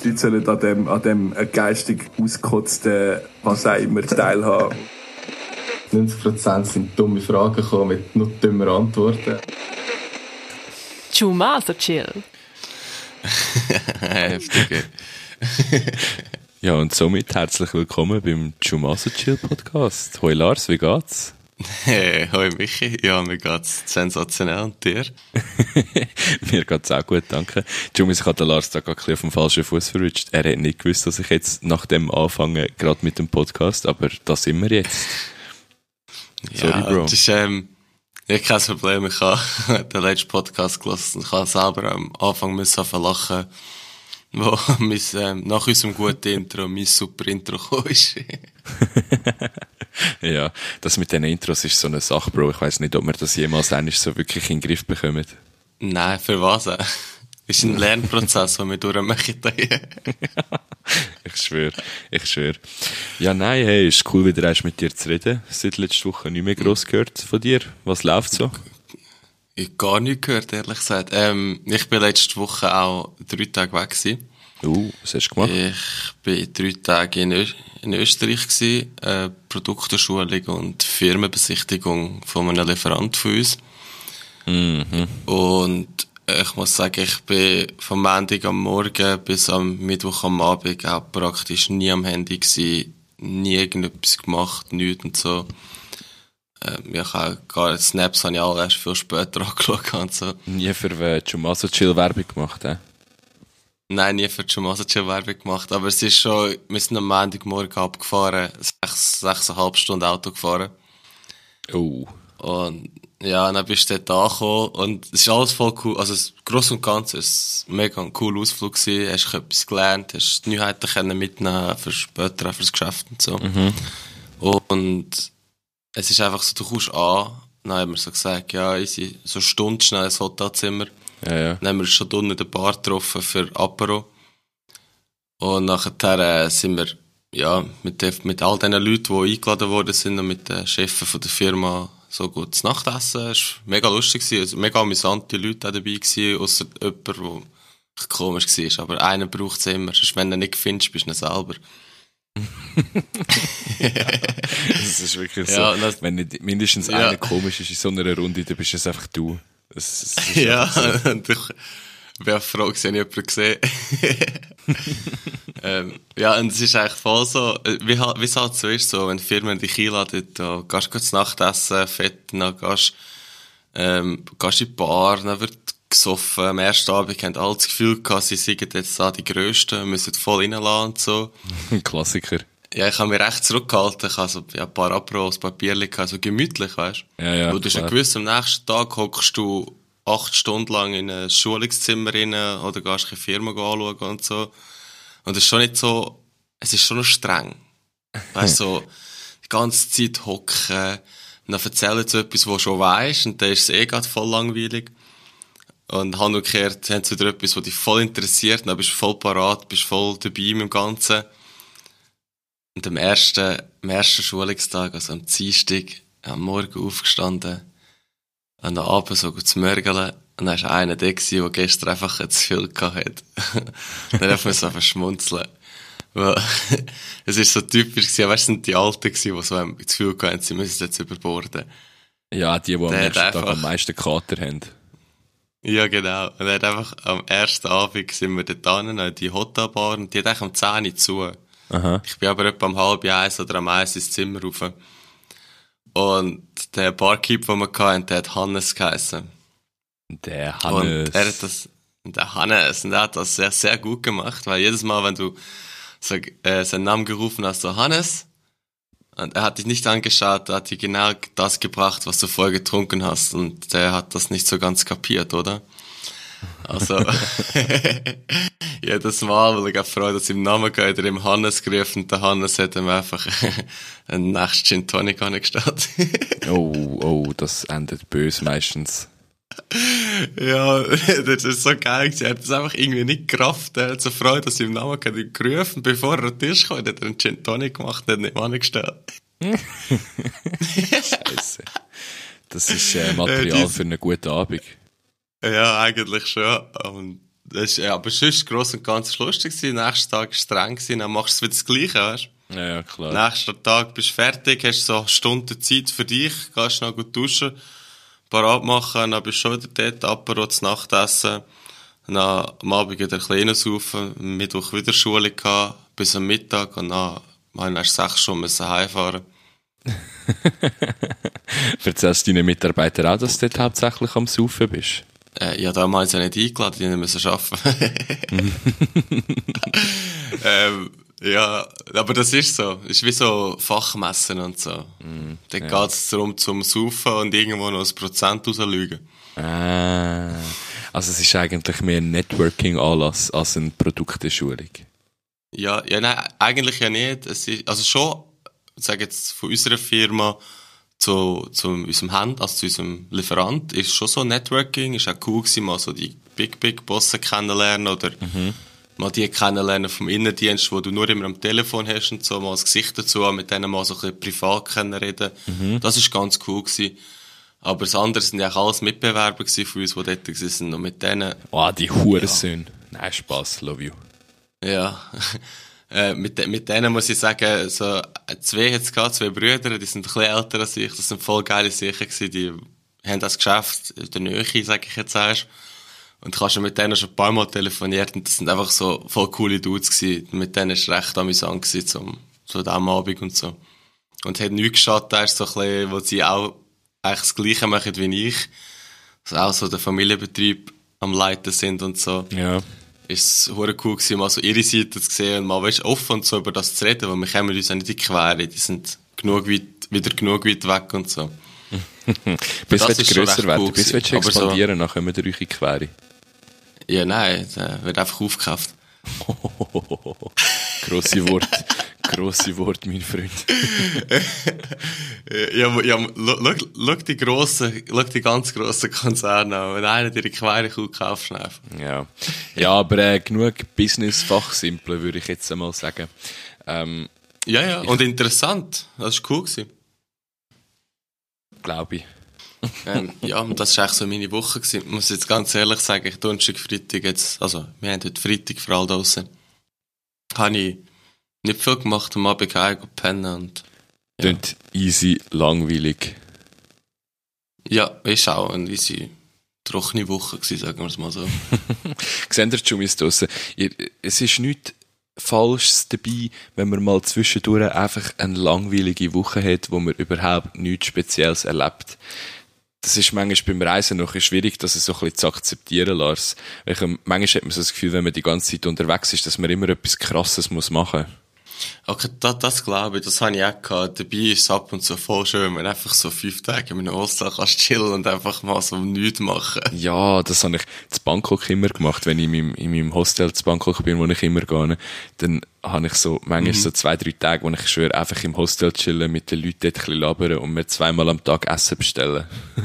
Leute sollen an dem geistig ausgekotzten, was auch immer, teilhaben. 90% sind dumme Fragen gekommen mit noch dümmer Antworten. Chumaso chill. Heftig. Ja, und somit herzlich willkommen beim Chumaso Chill Podcast. Hoi Lars, wie geht's? Hey, hoi Michi. Ja, mir geht's sensationell. Und dir? Mir geht's auch gut, danke. Chumis, ich habe den Lars da gerade ein bisschen auf dem falschen Fuß verrutscht. Er hat nicht gewusst, dass ich jetzt nach dem anfange, gerade mit dem Podcast, aber da sind wir jetzt. Sorry, Bro. Das ist, kein Problem. Ich habe den letzten Podcast gelassen und ich habe selber am Anfang müssen lachen, wo nach unserem guten Intro mein super Intro gekommen ist. Ja, das mit den Intros ist so eine Sache, Bro. Ich weiss nicht, ob wir das jemals einmal so wirklich in den Griff bekommen. Nein, für was? Das ist ein Lernprozess, den wir durchmachen. Ich schwöre. Ja, nein, hey, ist cool, wieder erst mit dir zu reden. Seit letzter Woche nicht mehr gross gehört von dir. Was läuft so? Ich habe gar nichts gehört, ehrlich gesagt. Ich bin letzte Woche auch 3 Tage weg gewesen. Was hast du gemacht? Ich bin 3 Tage in Österreich gewesen, Produkteschulung und Firmenbesichtigung von einem Lieferant von uns. Mhm. Und ich muss sagen, ich bin vom Montag am Morgen bis am Mittwoch am Abend auch praktisch nie am Handy gewesen, nie irgendetwas gemacht, nichts und so. Ich habe gar Snaps habe ich alle erst viel später angeschaut und so. Nie für Chumaso Chill Werbung gemacht, Nein, nie für Chumaso Chill Werbung gemacht, aber es ist schon, wir sind am Montagmorgen abgefahren, 6,5 Stunden Auto gefahren. Oh. Und ja, dann bist du dort angekommen und es ist alles voll cool, also gross und ganz ist mega ein cooler Ausflug gewesen, hast etwas gelernt, hast die Neuheiten können mitnehmen für später, für das Geschäft und so. Mhm. Und es ist einfach so, du kommst an, dann haben wir so gesagt, ja, easy, so eine Stunde schnell ins Hotelzimmer. Ja. Dann haben wir uns schon unten in der Bar getroffen für Apero. Und nachher sind wir, ja, mit all den Leuten, die eingeladen worden sind und mit den Chefen von der Firma so gut zu Nachtessen. Es war mega lustig gewesen, also mega amüsante Leute auch dabei gewesen, ausser jemand, der komisch war. Aber einen braucht es immer, sonst wenn du ihn nicht findest, bist du ihn selber. Das ist wirklich so. Ja, wenn nicht mindestens einer komisch ist in so einer Runde, dann bist es einfach du. Das ist ja, so. und ich wäre froh gewesen, ich jemanden gesehen. Ja, und es ist eigentlich voll so, wie es halt so ist, so, wenn Firmen dich einladen, da gehst du zu Nacht essen, fett, dann gehst in die Bar, dann wird gesoffen. Am ersten Abend haben alle das Gefühl gehabt, sie seien jetzt da die Grössten, müssen voll reinlassen und so. Klassiker. Ja, ich habe mich recht zurückgehalten, ich habe so ein paar Apros, ein paar Bierchen gehabt, so gemütlich, weißt du? Ja, Wo du schon gewusst, am nächsten Tag hockst du 8 Stunden lang in ein Schulungszimmer rein oder gehst eine Firma anschauen und so. Und es ist schon nicht so, es ist schon noch streng. Weißt du, so, die ganze Zeit hocken, und dann erzählen sie etwas, was du schon weisst, und dann ist es gerade voll langweilig. Und umgekehrt haben sie wieder etwas, was dich voll interessiert, und dann bist du voll parat, bist voll dabei mit dem Ganzen. Und am ersten Schulungstag, also am Dienstag, am Morgen aufgestanden, und am Abend so gut zu mörgeln, und dann war einer der gestern einfach zu viel gehabt. Dann darf man so einfach schmunzeln. Es ist so typisch gewesen, weißt du, es sind die Alten gewesen, die so zu viel hatten, sie müssen jetzt überborden. Ja, die am nächsten Tag am meisten Kater haben. Ja, genau. Und er hat einfach am ersten Abend sind wir dort hin, in die Hotelbar, und die hat eigentlich um 10 Uhr zu. Aha. Ich bin aber etwa um 12:30 oder um 1 ins Zimmer rauf. Und der Barkeeper, den wir hatten, der hat Hannes geheissen. Der Hannes. Und er hat das sehr, sehr gut gemacht, weil jedes Mal, wenn du seinen Namen gerufen hast, so Hannes, und er hat dich nicht angeschaut, er hat dir genau das gebracht, was du vorher getrunken hast, und der hat das nicht so ganz kapiert, oder? Also, jedes Mal, weil ich auch Freude, dass im Namen geht, er im Hannes gerufen, und der Hannes hat ihm einfach einen nächsten Gin Tonic angestellt. Oh, das endet böse meistens. Ja, das ist so geil. Er hat es einfach irgendwie nicht gerafft. Er hat so Freude, dass ich im Namen gerufen, bevor er an den Tisch kam, hat er einen Gin Tonic gemacht und hat nicht angestellt. Scheiße. Das ist Material für einen guten Abend. Ja, eigentlich schon. Und Das ist, ja, aber sonst gross und ganz lustig gewesen. Nächsten Tag war es streng gewesen, dann machst du wieder das Gleiche, weißt du? Ja, klar. Nächsten Tag bist du fertig, hast so Stunden Zeit für dich, gehst noch gut duschen, parat machen, dann bist du schon wieder dort, Apero zu Nachtessen, dann am Abend wieder ein bisschen saufen, Mittwoch wieder Schule gehabt, bis am Mittag und dann musste ich erst 6 Stunden heimfahren. Erzählst du deinen Mitarbeitern auch, dass du dort hauptsächlich am Saufen bist? Ja, da haben sie ja nicht eingeladen, die müssen arbeiten. Ja, aber das ist so. Das ist wie so Fachmessen und so. Dort geht es darum, zum Saufen und irgendwo noch ein Prozent rauslügen. Also es ist eigentlich mehr ein Networking-Anlass als eine Produkteschulung. Ja, nein, eigentlich ja nicht. Es ist, also schon, ich sage jetzt von unserer Firma zu unserem Hand, also zu unserem Lieferant, ist schon so Networking, ist auch cool gewesen, mal so die Big Bosse kennenlernen oder mal die kennenlernen vom Innendienst, wo du nur immer am Telefon hast und so, mal das Gesicht dazu, mit denen mal so ein bisschen privat kennenreden. Das ist ganz cool gewesen. Aber das andere sind ja auch alles Mitbewerber gewesen von uns, die dort waren und mit denen... Die Hurensöhne. Ja. Nein, Spaß, love you. Ja, mit denen muss ich sagen, so, 2 hat's gehabt, 2 Brüder, die sind ein bisschen älter als ich, das sind voll geile Sicher gewesen, die haben das Geschäft in der Nähe, sag ich jetzt erst. Und du hast ja mit denen schon ein paar Mal telefoniert und das sind einfach so voll coole Dudes gewesen. Mit denen ist recht amüsant gewesen, so diesem Abend und so. Und hat nichts geschadet, erst so ein bisschen, wo sie auch eigentlich das Gleiche machen wie ich. Also auch so der Familienbetrieb am Leiten sind und so. Ja. Ist es hure cool gewesen, mal so ihre Seite zu sehen und mal, weißt, offen und so über das zu reden, weil wir kommen uns auch nicht in die Quere, die sind wieder genug weit weg und so. Bis du grösser werden, cool bis du expandieren, dann kommen wir euch in die Quere. Ja, nein, der wird einfach aufgekauft. Grosse Worte, mein Freund. Schau die ganz grossen Konzerne an. Wenn einer dir die Quere kaufst, einfach. Ja, aber genug Business-Fachsimpeln, würde ich jetzt einmal sagen. Ja, und interessant. Das war cool gewesen. Glaube ich. Ja, und das war eigentlich so meine Woche gewesen. Ich muss jetzt ganz ehrlich sagen, ich Donnerstag, Freitag jetzt, also, wir haben heute Freitag für all draussen. Habe ich nicht viel gemacht, am Abend pennen und... Ja. Klingt easy, langweilig. Ja, ist auch eine easy, trockene Woche gewesen, sagen wir es mal so. Seht ihr die Jummis draussen? Es ist nichts Falsches dabei, wenn man mal zwischendurch einfach eine langweilige Woche hat, wo man überhaupt nichts Spezielles erlebt. Das ist manchmal beim Reisen noch schwierig, das so ein bisschen zu akzeptieren, Lars. Manchmal hat man so das Gefühl, wenn man die ganze Zeit unterwegs ist, dass man immer etwas Krasses machen muss. Okay, das glaube ich, das habe ich auch gehabt. Dabei ist es ab und zu voll schön, wenn man einfach so 5 Tage in einem Hostel kannst chillen und einfach mal so nichts machen. Ja, das habe ich zu Bangkok immer gemacht. Wenn ich in meinem Hostel zu Bangkok bin, wo ich immer gehe, dann habe ich so manchmal so 2-3 Tage, wo ich schwöre, einfach im Hostel chillen, mit den Leuten dort ein bisschen labern und mir 2-mal am Tag Essen bestellen.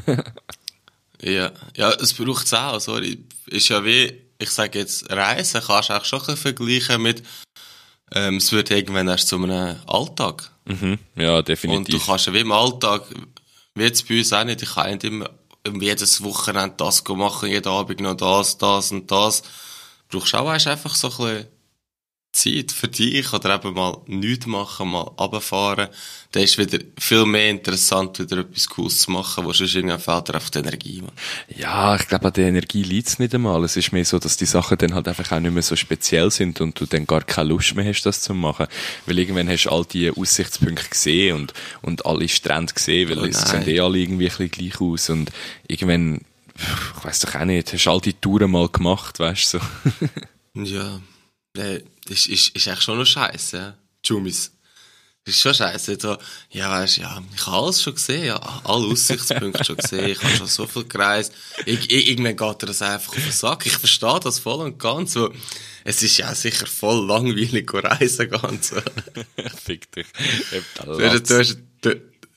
Ja, es braucht es auch. Sorry. Ist ja wie, ich sage jetzt, Reisen kannst du auch schon ein bisschen vergleichen mit, es wird irgendwann erst zu einem Alltag. Ja, definitiv. Und du kannst ja wie im Alltag, wie jetzt bei uns auch nicht, ich kann nicht immer jedes Wochenende das machen, jeden Abend noch das und das. Du brauchst auch einfach so ein bisschen Zeit für dich oder eben mal nichts machen, mal runterfahren. Dann ist wieder viel mehr interessant, wieder etwas Cooles zu machen, wo sonst irgendwie fehlt dir einfach die Energie. Man. Ja, ich glaube, an der Energie liegt es nicht einmal. Es ist mehr so, dass die Sachen dann halt einfach auch nicht mehr so speziell sind und du dann gar keine Lust mehr hast, das zu machen. Weil irgendwann hast du all die Aussichtspunkte gesehen und alle Strände gesehen, weil es sehen alle irgendwie ein bisschen gleich aus und irgendwann, ich weiss doch auch nicht, hast all die Touren mal gemacht, weißt du, so. Ja. Das ist echt schon noch scheiße, ja. Jummis. Das ist schon scheiße. So, ja, weißt, ja, ich habe alles schon gesehen, ja, alle Aussichtspunkte schon gesehen, ich habe schon so viel gereist. Irgendwann geht dir das einfach auf den Sack. Ich verstehe das voll und ganz, weil es ist ja sicher voll langweilig, reisen ganz. Fick dich.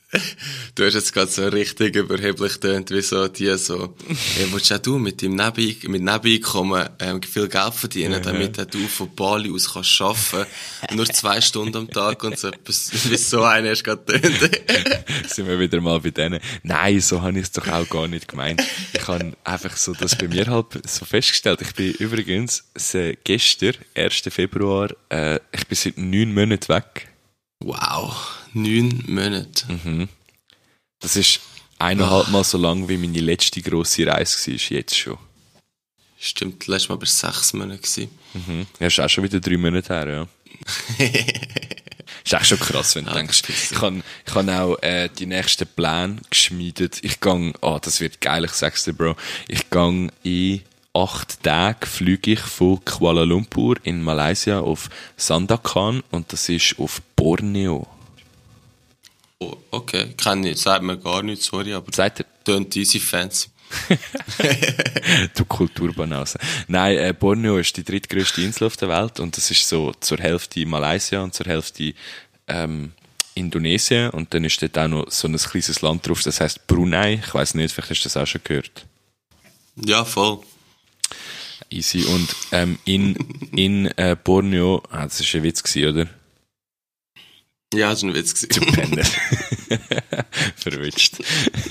Du hast jetzt gerade so richtig überheblich getönt, wie so die so, willst auch du mit Nebeneinkommen viel Geld verdienen, damit du von Bali aus kannst arbeiten, nur 2 Stunden am Tag und so etwas, wie so einer hast gerade getönt. Sind wir wieder mal bei denen. Nein, so habe ich es doch auch gar nicht gemeint. Ich habe einfach so das bei mir halt so festgestellt. Ich bin übrigens gestern, 1. Februar, ich bin seit 9 Monaten weg. Wow, 9 Monate. Mhm. Das ist 1,5 Mal so lang, wie meine letzte grosse Reise war, jetzt schon. Stimmt, letztes Mal war es 6 Monate gewesen. Mhm. Ja, ist auch schon wieder 3 Monate her, ja. Ist auch schon krass, wenn du denkst. Ich habe auch die nächsten Pläne geschmiedet. Das wird geil, ich sag's dir, Bro. Ich gehe in 8 Tagen fliege ich von Kuala Lumpur in Malaysia auf Sandakan und das ist auf Borneo. Oh, okay, sagt mir gar nichts, sorry, aber Seid ihr? tönt easy fancy. Du Kulturbanause. Nein, Borneo ist die drittgrößte Insel auf der Welt und das ist so zur Hälfte Malaysia und zur Hälfte Indonesien und dann ist dort auch noch so ein kleines Land drauf, das heisst Brunei. Ich weiss nicht, vielleicht hast du das auch schon gehört. Ja, voll. Easy. Und in Borneo, das war ein Witz gewesen, oder? Ja, das war ein Witz gewesen. Du Penner. Verwitscht.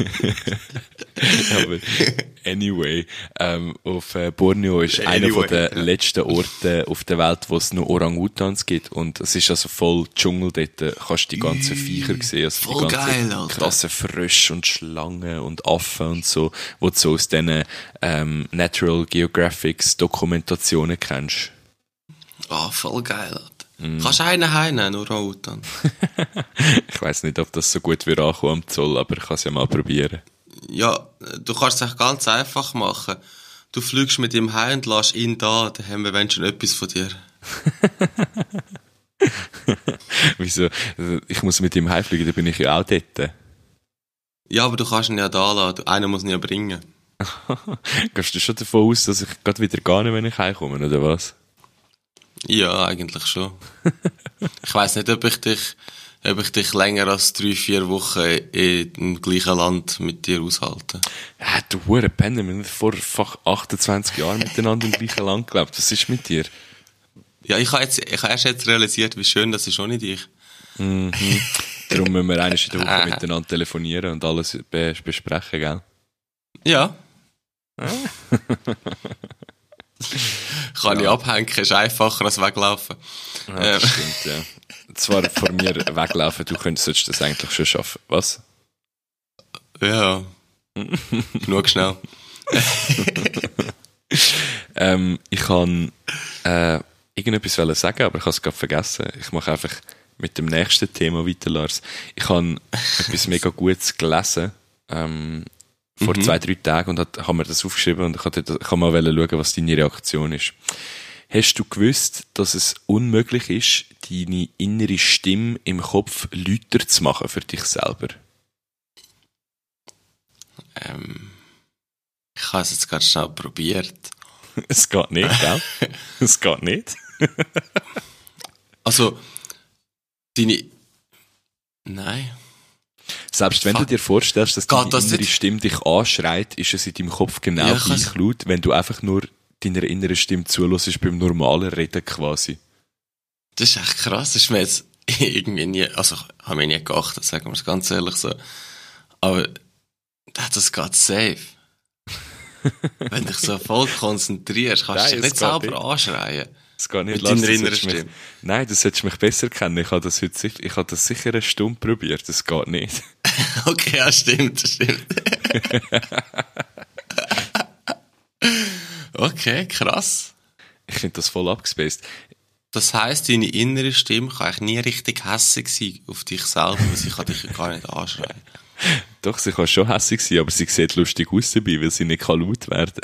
Aber anyway, auf Borneo ist einer von den letzten Orten auf der Welt, wo es noch Orang-Utans gibt. Und es ist also voll Dschungel dort. Du kannst die ganzen Viecher sehen. Also voll die ganzen geil, Alter. krassen Frösche und Schlangen und Affen und so, wo du so aus diesen Natural Geographics Dokumentationen kennst. Ah, voll geil, Alter. Kannst du einen heimnehmen, nur Orang-Utan? Ich weiss nicht, ob das so gut wird ankommen am Zoll, aber ich kann es ja mal probieren. Ja, du kannst es ganz einfach machen. Du fliegst mit ihm heim und lässt ihn da, dann haben wir schon etwas von dir. Wieso? Ich muss mit ihm heimfliegen, dann bin ich ja auch dort. Ja, aber du kannst ihn ja da lassen. Einer muss ihn ja bringen. Gehst du schon davon aus, dass ich gerade wieder gehe, wenn ich heimkomme, oder was? Ja, eigentlich schon. Ich weiss nicht, ob ich dich länger als 3-4 Wochen im gleichen Land mit dir aushalte. Ja, du hure Penner, wir haben vor fast 28 Jahren miteinander im gleichen Land gelebt. Was ist mit dir? Ja, ich habe erst jetzt realisiert, wie schön das ist ohne dich. Mhm. Darum müssen wir einmal in der Woche miteinander telefonieren und alles besprechen, gell? Ja. Kann ich abhängen, ist einfacher als weglaufen. Ja, das stimmt, ja. Zwar vor mir weglaufen, du solltest das eigentlich schon schaffen. Was? Ja. Genug schnell. Ich kann irgendetwas sagen, aber ich habe es gerade vergessen. Ich mache einfach mit dem nächsten Thema weiter, Lars. Ich habe etwas mega Gutes gelesen. Vor 2-3 Tagen und habe mir das aufgeschrieben und ich kann mal schauen, was deine Reaktion ist. Hast du gewusst, dass es unmöglich ist, deine innere Stimme im Kopf lauter zu machen für dich selber? Ich habe es jetzt gerade schnell probiert. Es geht nicht, gell? Es geht nicht. Also, Nein. Selbst wenn du dir vorstellst, dass deine innere Stimme dich anschreit, ist es in deinem Kopf genau gleich laut, wenn du einfach nur deiner inneren Stimme zuhörst beim normalen Reden quasi. Das ist echt krass. Das ist mir jetzt irgendwie nie, also ich habe mir nie geachtet, sagen wir es ganz ehrlich so. Aber das geht safe. Wenn du dich so voll konzentrierst, kannst du dich nicht selber anschreien. Es geht nicht. Mit deiner inneren Stimme. Nein, du solltest mich besser kennen. Ich habe das sicher eine Stunde probiert. Das geht nicht. Okay, ja, stimmt. Okay, krass. Ich finde das voll abgespaced. Das heisst, deine innere Stimme kann eigentlich nie richtig hässig sein auf dich selber, weil sie kann dich ja gar nicht anschreien. Doch, sie kann schon hässig sein, aber sie sieht lustig aus dabei, weil sie nicht laut werden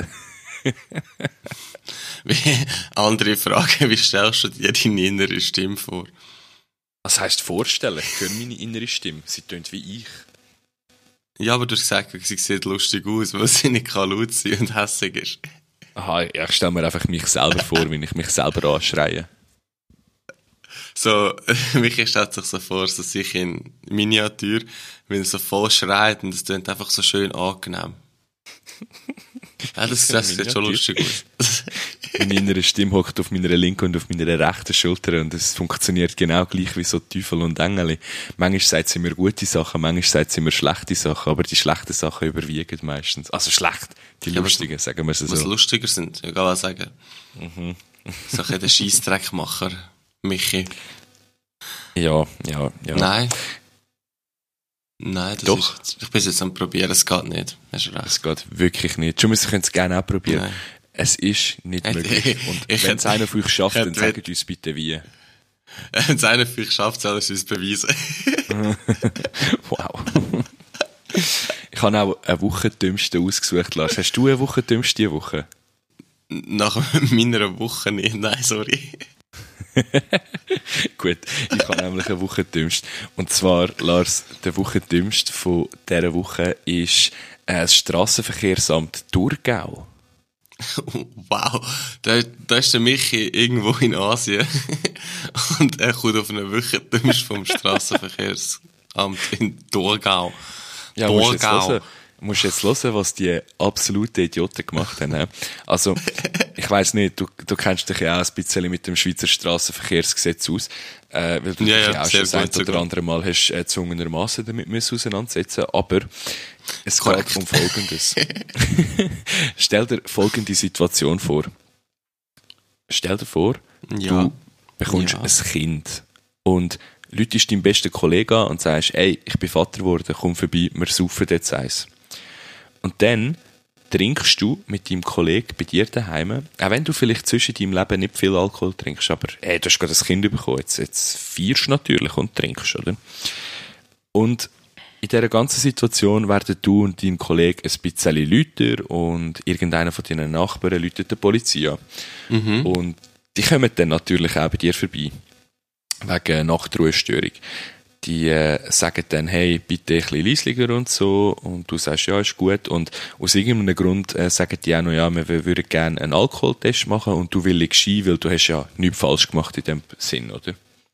Andere Frage, wie stellst du dir deine innere Stimme vor? Was heisst vorstellen? Ich höre meine innere Stimme. Sie tönt wie ich. Ja, aber du hast gesagt, sie sieht lustig aus, weil sie nicht laut sein und hässig ist. Aha, ja, ich stelle mir einfach mich selber vor, wenn ich mich selber anschreie. So, Michi stellt sich so vor, so sich in Miniatur, wenn er so voll schreit und es klingt einfach so schön angenehm. Ja, das sieht schon lustig aus. Meine innere Stimme hockt auf meiner linken und auf meiner rechten Schulter und es funktioniert genau gleich wie so Teufel und Engel. Manchmal sagt sie mir gute Sachen, manchmal sagt sie mir schlechte Sachen, aber die schlechten Sachen überwiegen meistens. Also schlecht, die lustigen, sagen wir es so. Was lustiger sind, egal was sagen. So ein der Scheissdreckmacher, Michi. Ja. Nein, das Doch. ist, ich bin jetzt am probieren, es geht nicht. Hast du recht. Es geht wirklich nicht. Schon müssen wir es gerne auch probieren. Nein. Es ist nicht möglich. Und wenn es einer von euch schafft, dann sagt uns bitte wie. Wenn es einer für euch schafft, soll er es uns beweisen. Wow. Ich habe auch eine Woche dümmste ausgesucht, Lars. Hast du eine Woche dümmste diese Woche? Nach meiner Woche nicht, nein, sorry. Gut, ich habe nämlich eine Woche dümmst. Und zwar, Lars, der Woche dümmst von dieser Woche ist das Strassenverkehrsamt Thurgau. Wow, da ist der Michi irgendwo in Asien und er kommt auf eine Woche dümmst vom Strassenverkehrsamt in Thurgau. Ja, musst jetzt hören, was die absoluten Idioten gemacht haben. He? Also, ich weiss nicht, du kennst dich ja auch ein bisschen mit dem Schweizer Strassenverkehrsgesetz aus, weil du dich ja auch schon das ein oder andere Mal hast gezwungenermassen damit müssen auseinandersetzen, aber es geht um Folgendes. Stell dir folgende Situation vor. Stell dir vor, du bekommst ein Kind und läutest deinen besten Kollegen an und sagst, ey, ich bin Vater geworden, komm vorbei, wir saufen jetzt eins. Und dann trinkst du mit deinem Kollegen bei dir daheim, auch wenn du vielleicht zwischen deinem Leben nicht viel Alkohol trinkst, aber du hast gerade ein Kind bekommen, jetzt feierst du natürlich und trinkst, oder? Und in dieser ganzen Situation werden du und dein Kollege ein bisschen lauter und irgendeiner von deinen Nachbarn läutet die Polizei an. Und die kommen dann natürlich auch bei dir vorbei. Wegen Nachtruhestörung. Die sagen dann, hey, bitte ein bisschen leislicher und so. Und du sagst, ja, ist gut. Und aus irgendeinem Grund sagen die auch noch, ja, wir würden gerne einen Alkoholtest machen und du willigst ein, weil du hast ja nichts falsch gemacht in dem Sinn, oder?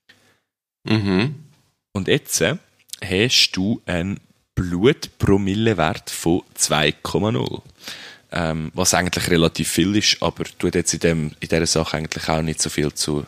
Und jetzt hast du einen Blutpromillewert von 2,0. Was eigentlich relativ viel ist, aber tut jetzt in dieser Sache eigentlich auch nicht so viel zur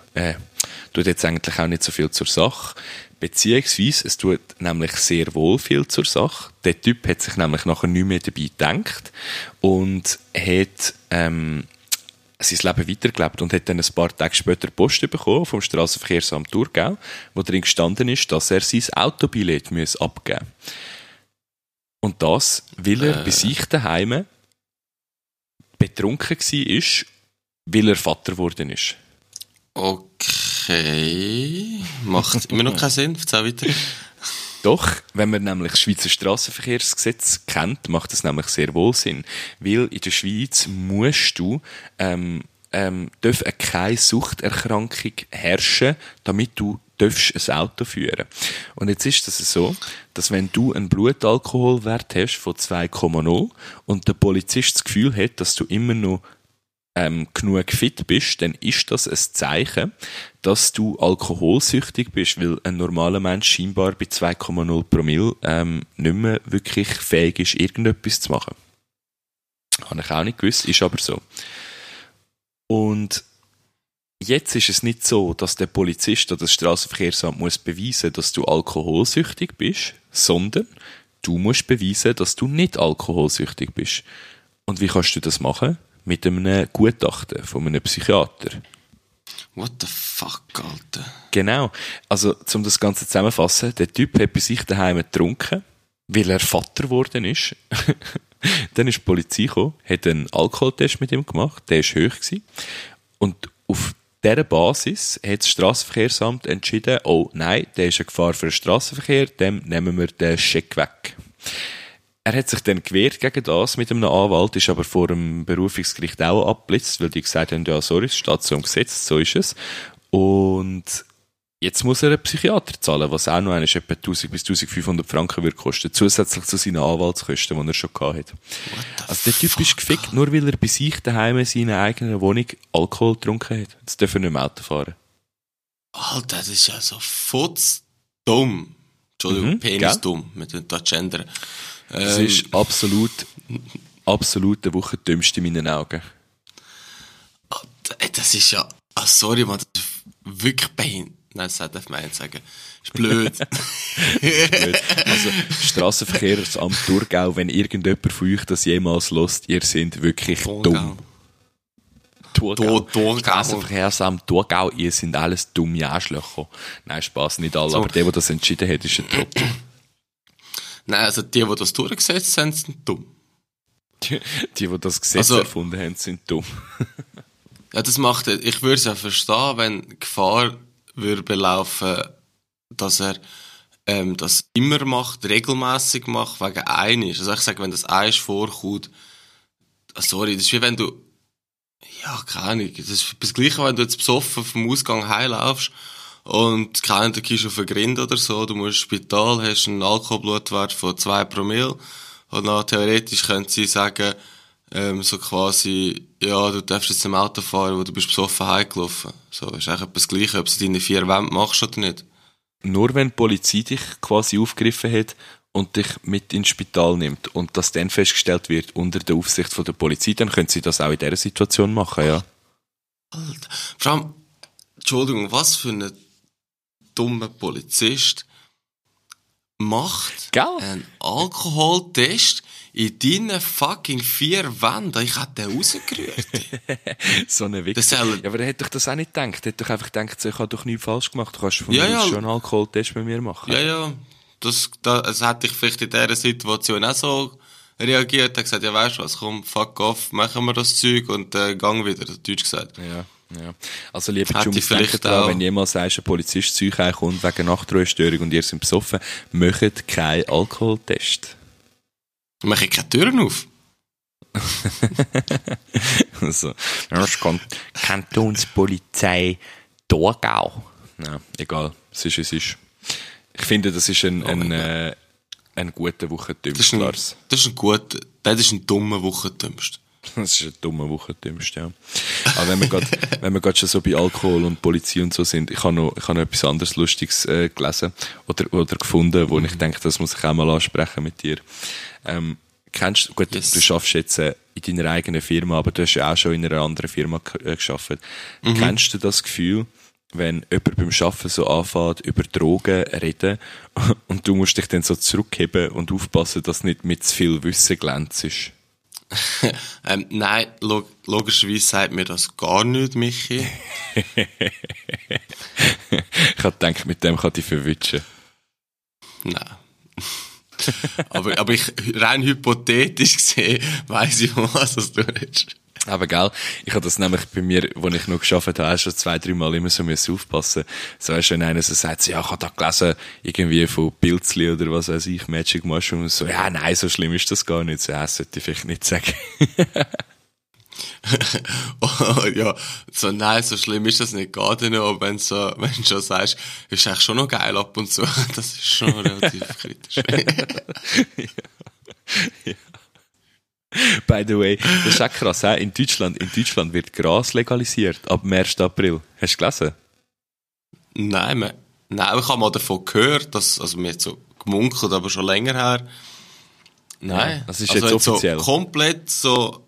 Sache. Beziehungsweise, es tut nämlich sehr wohl viel zur Sache. Der Typ hat sich nämlich nachher nicht mehr dabei gedacht und hat sein Leben weitergelebt und hat dann ein paar Tage später Post bekommen vom Strassenverkehrsamt Thurgau, wo drin gestanden ist, dass er sein Autobillett abgeben muss. Und das, weil er bei sich daheim betrunken war, weil er Vater geworden ist. Okay. Macht immer noch keinen Sinn. Erzähl weiter. Doch, wenn man nämlich das Schweizer Strassenverkehrsgesetz kennt, macht das nämlich sehr wohl Sinn. Weil in der Schweiz musst du, darf keine Suchterkrankung herrschen, damit du ein Auto führen. Und jetzt ist es so, dass wenn du einen Blutalkoholwert hast von 2,0 und der Polizist das Gefühl hat, dass du immer noch genug fit bist, dann ist das ein Zeichen, dass du alkoholsüchtig bist, weil ein normaler Mensch scheinbar bei 2,0 Promille nicht mehr wirklich fähig ist, irgendetwas zu machen. Habe ich auch nicht gewusst, ist aber so. Und jetzt ist es nicht so, dass der Polizist oder das Strassenverkehrsamt muss beweisen, dass du alkoholsüchtig bist, sondern du musst beweisen, dass du nicht alkoholsüchtig bist. Und wie kannst du das machen? Mit einem Gutachten von einem Psychiater. What the fuck, Alter? Genau. Also, um das Ganze zusammenzufassen, der Typ hat bei sich daheim getrunken, weil er Vater geworden ist. Dann ist die Polizei gekommen, hat einen Alkoholtest mit ihm gemacht, der war hoch gewesen. Und auf dieser Basis hat das Strassenverkehrsamt entschieden, oh nein, der ist eine Gefahr für den Strassenverkehr, dem nehmen wir den Scheck weg. Er hat sich dann gewehrt gegen das mit einem Anwalt, ist aber vor dem Berufungsgericht auch abgeblitzt, weil die gesagt haben, ja, sorry, es steht so im Gesetz, so ist es. Und jetzt muss er einen Psychiater zahlen, was auch noch etwa 1000 bis 1500 Franken wird kosten, zusätzlich zu seinen Anwaltskosten, die er schon gehabt hat. Also der Typ ist gefickt, nur weil er bei sich daheim in seiner eigenen Wohnung Alkohol getrunken hat. Jetzt darf er nicht mehr Auto fahren. Alter, das ist ja so futzdumm. Entschuldigung, penisdumm, mit dem Gendern. Das ist absolut der Wochendümmste in meinen Augen. Das ist ja, sorry, man, das ist wirklich behindert. Nein, das darf man nicht sagen. Ist blöd. Also, Strassenverkehrsamt Thurgau, wenn irgendjemand von euch das jemals hört, ihr seid wirklich dumm. Thurgau. Strassenverkehrsamt Thurgau, ihr seid alles dumme Arschlöcher. Nein, Spass, nicht alle, aber der das entschieden hat, ist ein Trottel. Nein, also die das durchgesetzt haben, sind dumm. Die das Gesetz erfunden haben, sind dumm. Ja, das macht, ich würde es ja verstehen, wenn Gefahr würde belaufen, dass er das immer macht, regelmäßig macht, wegen eines. Also ich sage, wenn das eins vorkommt, sorry, das ist wie wenn du, ja, keine Ahnung, das ist das Gleiche, wenn du jetzt besoffen vom Ausgang heimlaufst und keine Ahnung, du gehst auf einen Grind oder so, du musst ins Spital, hast einen Alkoholblutwert von 2 Promille und dann theoretisch können sie sagen, so quasi, ja, du darfst jetzt im Auto fahren, wo du bist besoffen heimgelaufen. So, ist eigentlich etwas Gleiches, ob du deine 4 Wände machst oder nicht. Nur wenn die Polizei dich quasi aufgegriffen hat und dich mit ins Spital nimmt und das dann festgestellt wird unter der Aufsicht von der Polizei, dann können sie das auch in dieser Situation machen, ja. Alter. Vor allem, Entschuldigung, was für ein dummer Polizist macht einen Alkoholtest in deinen fucking 4 Wänden? Ich hätte den rausgerührt. So eine Wichser. Ja, aber er hätte doch das auch nicht gedacht. Er hätte doch einfach gedacht, ich habe doch nichts falsch gemacht. Du kannst von mir schon einen Alkoholtest bei mir machen. Ja. Das hätte ich vielleicht in dieser Situation auch so reagiert. Er hat gesagt, ja, weißt du was, komm, fuck off, machen wir das Zeug und gang wieder, Deutsch gesagt. Ja. Also, liebe Jungs, denkt dran, wenn jemals sagst, ein Polizist zu euch kommt wegen Nachtruhestörung und ihr seid besoffen, macht keinen Alkoholtest. Mach ich keine Türen auf. Also, es kommt Kantonspolizei Thurgau. Ja, egal, es ist, es ist. Ich finde, das ist ein guter Wochentümst, Lars. Das ist ein dummer Wochentümst. Das ist ein dummer Wochentümst, ja. Aber wenn wir gerade schon so bei Alkohol und Polizei und so sind, ich habe noch etwas anderes Lustiges gelesen oder gefunden, wo ich denke, das muss ich auch mal ansprechen mit dir. Kennst du, gut, yes. Du schaffst jetzt in deiner eigenen Firma, aber du hast ja auch schon in einer anderen Firma gearbeitet. Kennst du das Gefühl, wenn jemand beim Arbeiten so anfängt, über Drogen reden und du musst dich dann so zurückheben und aufpassen, dass nicht mit zu viel Wissen glänzt? Nein, logischerweise sagt mir das gar nicht, Michi. Ich habe gedacht, mit dem kann ich verwitschen. Nein. aber ich, rein hypothetisch gesehen, weiss ich, von was du redest. Aber gell, ich habe das nämlich bei mir, wo ich noch gearbeitet habe, schon 2-3 Mal immer so aufpassen. So ist wenn einer so sagt, ja, ich habe da gelesen, irgendwie von Pilzli oder was weiß ich, Magic Mushroom, so, ja, nein, so schlimm ist das gar nicht. So, ja, das sollte ich vielleicht nicht sagen. Oh, ja, so, nein, so schlimm ist das nicht, gar nicht, aber wenn du schon sagst, ist eigentlich schon noch geil ab und zu, das ist schon relativ kritisch. Ja. By the way, das ist auch krass, he? In Deutschland wird Gras legalisiert, ab dem 1. April. Hast du gelesen? Nein, ich habe mal davon gehört, also mir hat so gemunkelt, aber schon länger her. Nein. Ja, das ist also jetzt offiziell. So komplett so,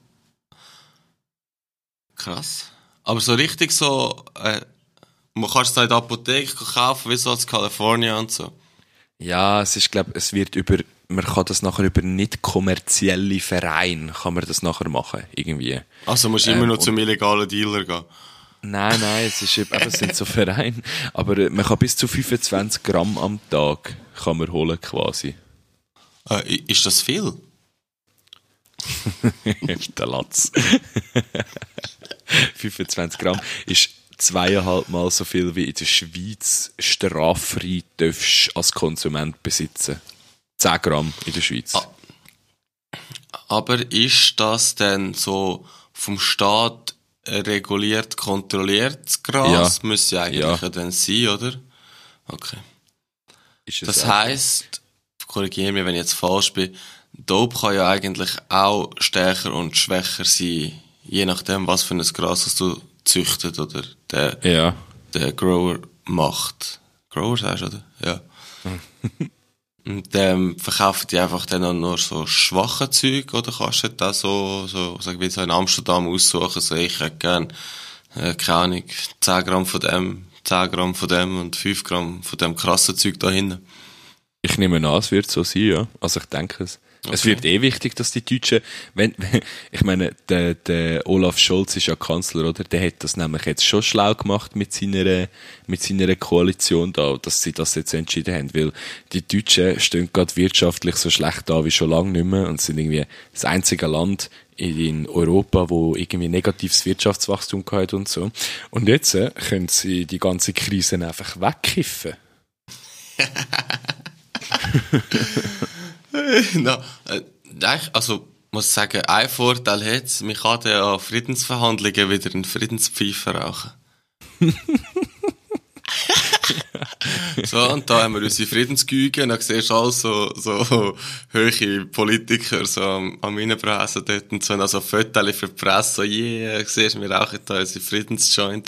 krass. Aber so richtig so, man kann es da in der Apotheke kaufen, wie so als California und so. Ja, es ist, glaube es wird man kann das nachher über nicht kommerzielle Vereine, kann man das nachher machen, irgendwie. Also musst du immer noch zum illegalen Dealer gehen? Nein, es sind so Vereine, aber man kann bis zu 25 Gramm am Tag kann man holen, quasi. Ist das viel? Der Latz. 25 Gramm ist 2,5 Mal so viel wie in der Schweiz straffrei darfst als Konsument besitzen. 10 Gramm in der Schweiz. Aber ist das denn so vom Staat reguliert, kontrolliert Gras? Ja. Müsste ja eigentlich dann sein, oder? Okay. Das heisst, korrigiere mich, wenn ich jetzt falsch bin, Dope kann ja eigentlich auch stärker und schwächer sein, je nachdem, was für ein Gras du züchtet oder der Grower macht. Grower sagst du, oder? Ja. Und verkaufen die einfach dann auch nur so schwache Zeug, oder kannst du da so, sagen wir so in Amsterdam aussuchen, so ich hätte gern, keine Ahnung, 10 Gramm von dem, 10 Gramm von dem und 5 Gramm von dem krassen Zeug da hinten. Ich nehme an, es wird so sein, ja. Also ich denke es. Okay. Es wird wichtig, dass die Deutschen, ich meine, der Olaf Scholz ist ja Kanzler, oder? Der hat das nämlich jetzt schon schlau gemacht mit seiner Koalition da, dass sie das jetzt entschieden haben, weil die Deutschen stehen gerade wirtschaftlich so schlecht da wie schon lange nicht mehr und sind irgendwie das einzige Land in Europa, wo irgendwie negatives Wirtschaftswachstum gehabt und so. Und jetzt können sie die ganze Krise einfach wegkiffen. No, also, muss sagen, ein Vorteil hat es, man kann ja an Friedensverhandlungen wieder einen Friedenspfeifer rauchen. So, und da haben wir unsere Friedensgüge, und dann siehst du all so hohe Politiker, so am Reinbrasen dort, und so, also Fotos für die Presse, so, yeah, siehst du, wir rauchen da unsere Friedensjoint.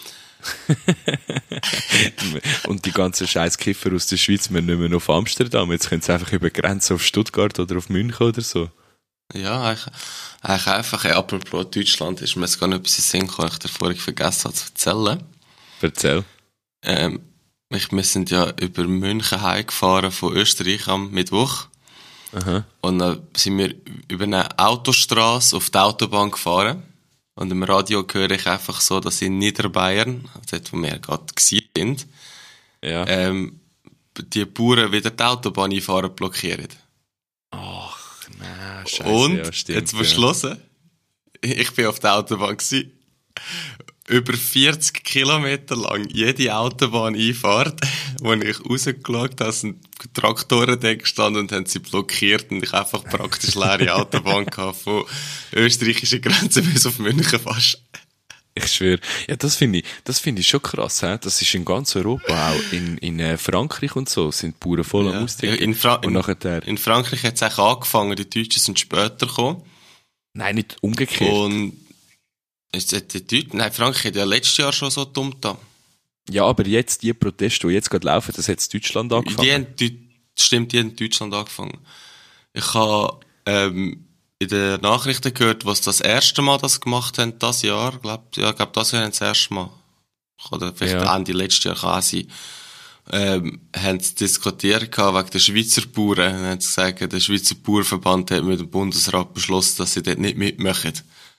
Und die ganzen scheiß Kiffer aus der Schweiz müssen nicht mehr auf Amsterdam, jetzt können sie einfach über Grenzen auf Stuttgart oder auf München oder so. Ja, eigentlich einfach, apropos Deutschland, ist mir jetzt gar nicht etwas in den Sinn gekommen, ich dir vorhin vergessen habe zu erzählen. Erzähl. Wir sind ja über München heimgefahren von Österreich am Mittwoch. Aha. Und dann sind wir über eine Autostrasse auf die Autobahn gefahren. Und im Radio höre ich einfach so, dass in Niederbayern, dort wo wir gerade sind, ja. Die Bauern wieder die Autobahn einfahren blockieren. Ach, nein, scheiße. Und, ja, stimmt, jetzt musst du hören, ich bin auf der Autobahn gewesen, über 40 Kilometer lang jede Autobahneinfahrt, wo ich rausgeschaut habe, sind Traktoren da gestanden und haben sie blockiert und ich einfach praktisch leere Autobahn gehabt, von österreichischen Grenzen bis auf München fast. Ich schwöre. Ja, das finde ich schon krass, he? Das ist in ganz Europa, auch in Frankreich und so, sind die Bauern voll am Austicken. In Frankreich hat es eigentlich angefangen, die Deutschen sind später gekommen. Nein, nicht umgekehrt. Und Frankreich hat ja letztes Jahr schon so dumm da. Ja, aber jetzt, die Proteste, die jetzt gerade laufen, das hat in Deutschland angefangen. Die haben in Deutschland angefangen. Ich habe in den Nachrichten gehört, was das erste Mal das gemacht haben, das Jahr. Ich glaube, das Jahr haben sie das erste Mal. Oder vielleicht Ende letztes Jahr kann sein. Haben sie diskutiert wegen der Schweizer Bauern. Dann haben sie gesagt, der Schweizer Bauernverband hat mit dem Bundesrat beschlossen, dass sie dort nicht mitmachen.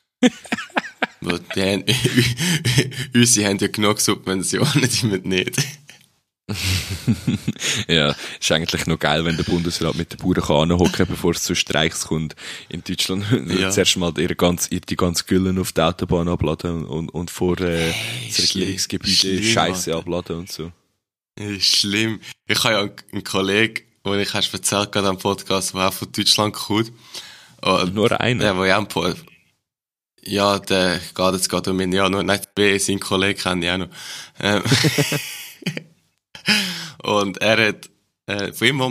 Unsere haben ja genug Subventionen, die mit nicht. Ja, ist eigentlich noch geil, wenn der Bundesrat mit den Bauern anhocken kann, bevor es zu Streiks kommt. In Deutschland zuerst mal die ganze Güllen auf der Autobahn abladen und vor das Regierungsgebäude Scheiße abladen und so. Ist schlimm. Ich habe ja einen Kollegen, den ich erzählt gerade am Podcast, der auch von Deutschland kommt. Nur einer? Ja, der geht jetzt gerade um ihn. Ja, nur nicht seinen Kollegen kenne ich auch noch. Und er hat, von ihm, wo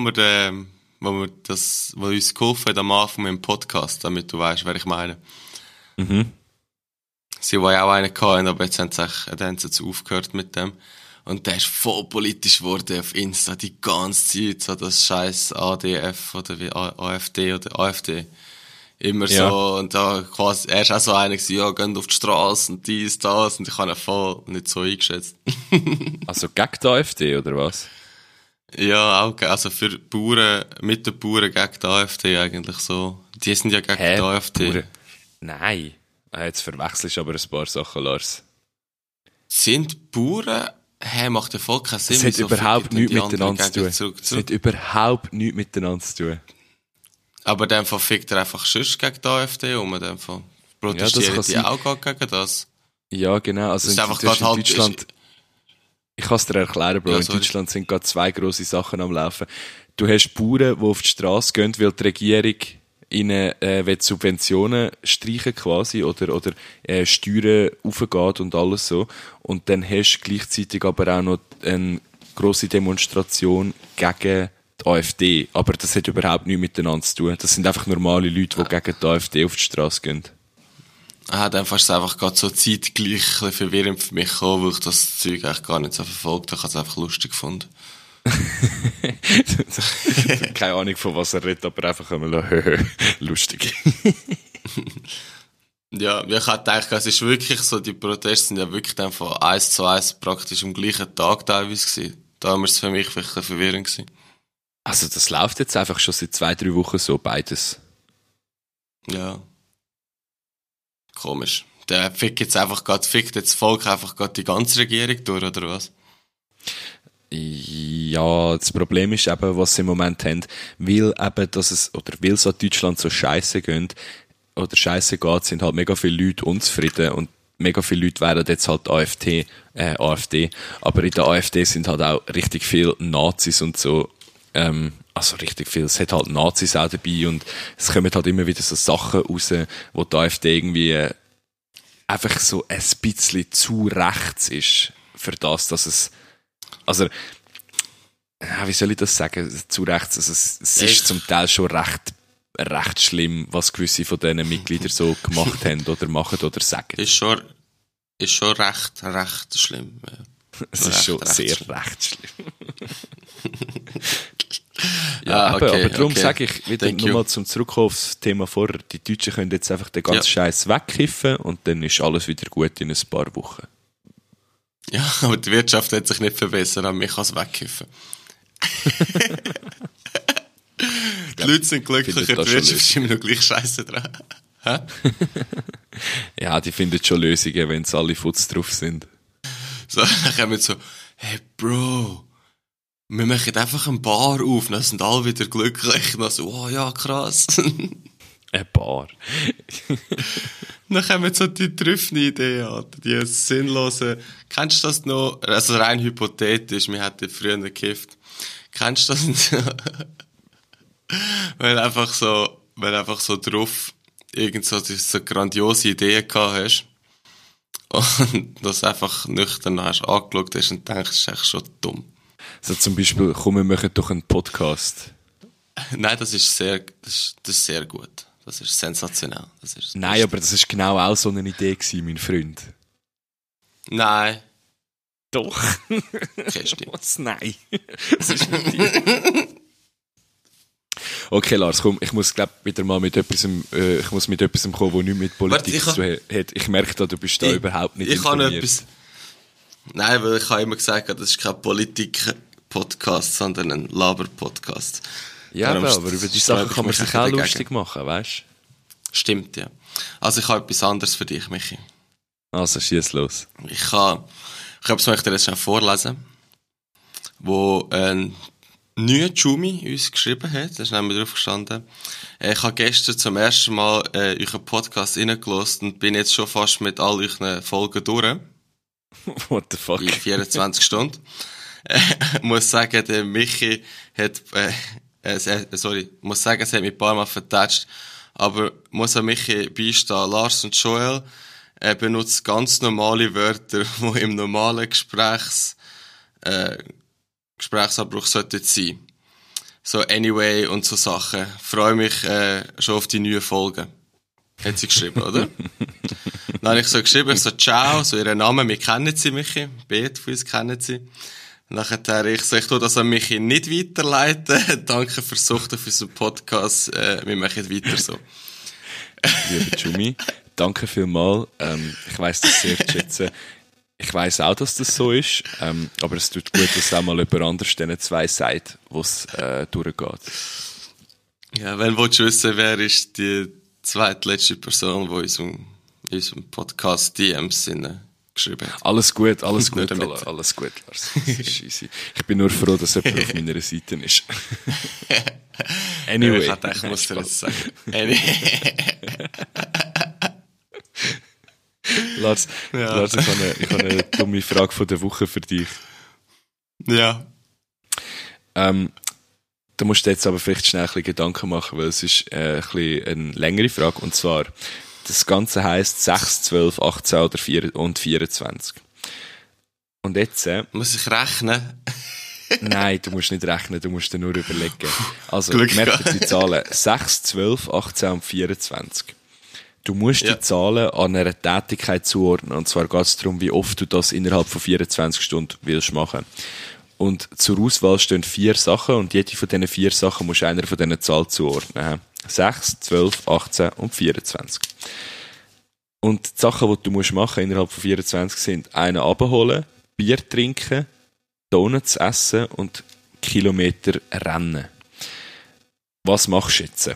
uns geholfen hat am Anfang mit dem Podcast, damit du weißt, wer ich meine. Mhm. Sie war ja auch einen gehabt, aber jetzt haben sie aufgehört mit dem. Und der ist voll politisch geworden auf Insta die ganze Zeit, so das scheiß ADF oder wie AfD oder AfD. Immer so, und da quasi, er ist auch so einer gewesen, ja, gehen auf die Straße und dies, das, und ich habe ihn voll nicht so eingeschätzt. Also gegen die AfD, oder was? Ja, auch, also für Bauern, mit den Bauern gegen die AfD eigentlich so. Die sind ja gegen die AfD. Bauern? Nein. Jetzt verwechselst du aber ein paar Sachen, Lars. Sind Bauern, macht ja voll keinen Sinn. Das hat überhaupt nichts miteinander zu tun. Das hat überhaupt nichts miteinander zu tun. Aber dann fickt er einfach sonst gegen die AfD dann protestieren die auch gegen das. Ja, genau. Also in Deutschland, ich kann es dir erklären, Bro. Ja, in Deutschland sind gerade 2 grosse Sachen am Laufen. Du hast Bauern, die auf die Straße gehen, weil die Regierung ihnen Subventionen streichen quasi oder Steuern raufgeht und alles so. Und dann hast du gleichzeitig aber auch noch eine grosse Demonstration gegen die AfD. Aber das hat überhaupt nichts miteinander zu tun. Das sind einfach normale Leute, die gegen die AfD auf die Straße gehen. Dann fast einfach gerade so zeitgleich ein bisschen verwirrend für mich gekommen, weil ich das Zeug eigentlich gar nicht so verfolgt habe. Ich habe es einfach lustig gefunden. Keine Ahnung, von was er redet, aber einfach einmal lustig. Ja, ich hatte gedacht, es ist wirklich so, die Proteste sind ja wirklich dann von 1:1 praktisch am gleichen Tag teilweise gewesen. Da war es für mich vielleicht ein bisschen verwirrend gewesen. Also das läuft jetzt einfach schon seit 2-3 Wochen so, beides. Ja. Komisch. Der fickt jetzt das Volk einfach gerade die ganze Regierung durch, oder was? Ja, das Problem ist eben, was sie im Moment haben, weil es an Deutschland so scheiße geht, sind halt mega viele Leute unzufrieden und mega viele Leute wären jetzt halt AfD, aber in der AfD sind halt auch richtig viele Nazis und so, also richtig viel, es hat halt Nazis auch dabei und es kommen halt immer wieder so Sachen raus, wo die AfD irgendwie einfach so ein bisschen zu rechts ist für das, dass es, also, wie soll ich das sagen, zu rechts, also es ist zum Teil schon recht schlimm, was gewisse von diesen Mitgliedern so gemacht haben oder machen oder sagen. Ist schon recht schlimm. Ja. Es ist schon sehr recht schlimm. Okay, aber darum okay. sage ich wieder nochmal zum Zurückkommen aufs Thema vorher, die Deutschen können jetzt einfach den ganzen Scheiß wegkiffen und dann ist alles wieder gut in ein paar Wochen. Ja, aber die Wirtschaft hat sich nicht verbessert, aber mich kann es wegkiffen. Die Leute sind glücklicher, die Wirtschaft ist immer noch gleich scheiße dran. Hä? Ja, die finden schon Lösungen, wenn sie alle Futz drauf sind. So, dann kommen so, hey Bro, wir machen einfach eine Bar auf, dann sind alle wieder glücklich. Und dann so, oh ja, krass. Eine Bar. Dann kommen so die trüffende Ideen, die sinnlosen. Kennst du das noch? Also rein hypothetisch, wir hätten früher gekifft. Kennst du das? Wenn einfach so drauf so grandiose Ideen gehabt hast und das einfach nüchtern hast angeschaut hast und denkst, das ist echt schon dumm. So zum Beispiel, komm, wir machen doch einen Podcast. Nein, das ist sehr gut. Das ist sensationell. Nein, aber das ist genau auch so eine Idee gewesen, mein Freund. Nein. Doch. Christi. Was? Nein. Das ist nicht die. Okay, Lars, komm, ich muss wieder mal mit etwas kommen, was nicht mit Politik zu tun hat. Ich merke da, du bist da überhaupt nicht informiert. Nein, weil ich habe immer gesagt, das ist kein Politik-Podcast, sondern ein Laber-Podcast. Ja, aber über die Sachen kann man sich auch lustig machen, weißt du? Stimmt, ja. Also ich habe etwas anderes für dich, Michi. Also, schieß los. Ich möchte dir jetzt schon vorlesen, wo ein neuer Jumi uns geschrieben hat. Da ist nämlich drauf gestanden. Ich habe gestern zum ersten Mal euren Podcast reingelassen und bin jetzt schon fast mit all euren Folgen durch. What the fuck? In 24 Stunden. Muss sagen, der Michi hat, muss sagen, es hat mich ein paar Mal vertatscht. Aber muss auch Michi beistehen. Lars und Joel benutzt ganz normale Wörter, die im normalen Gesprächsabbruch sollten sein. So anyway und so Sachen. Freue mich schon auf die neuen Folgen. Hat sie geschrieben, oder? Dann habe ich so geschrieben, ich so ciao, so ihren Namen, wir kennen sie, Michi. Beat von uns kennen sie. Nachher ich tue das an Michi nicht weiterleiten. Danke fürs Suchten für unseren Podcast. Wir machen weiter so. Lieber Jumi, danke vielmals. Ich weiss das sehr zu schätzen. Ich weiss auch, dass das so ist, aber es tut gut, dass auch mal jemand anders diesen zwei sagt, wo es durchgeht. Ja, wenn du wissen, wer ist die zweitletzte Person, die in unserem Podcast DMs geschrieben hat. Alles gut, alles gut, Lars. Das ist easy. Ich bin nur froh, dass jemand auf meiner Seite ist. Anyway. Ich dachte, ich muss dir das sagen. Lars, ich habe eine dumme Frage von der Woche für dich. Ja. Da musst du jetzt aber vielleicht schnell ein bisschen Gedanken machen, weil es ist ein bisschen eine längere Frage. Und zwar, das Ganze heisst 6, 12, 18 oder 24. Und jetzt... muss ich rechnen? Nein, du musst nicht rechnen, du musst dir nur überlegen. Also, Glück merkt die Zahlen. 6, 12, 18 und 24. Du musst Ja. die Zahlen an einer Tätigkeit zuordnen. Und zwar geht es darum, wie oft du das innerhalb von 24 Stunden willst machen. Und zur Auswahl stehen 4 Sachen und jede von diesen 4 Sachen musst du einer von diesen Zahlen zuordnen. 6, 12, 18 und 24. Und die Sachen, die du musst machen innerhalb von 24 sind einen abholen, Bier trinken, Donuts essen und Kilometer rennen. Was machst du jetzt?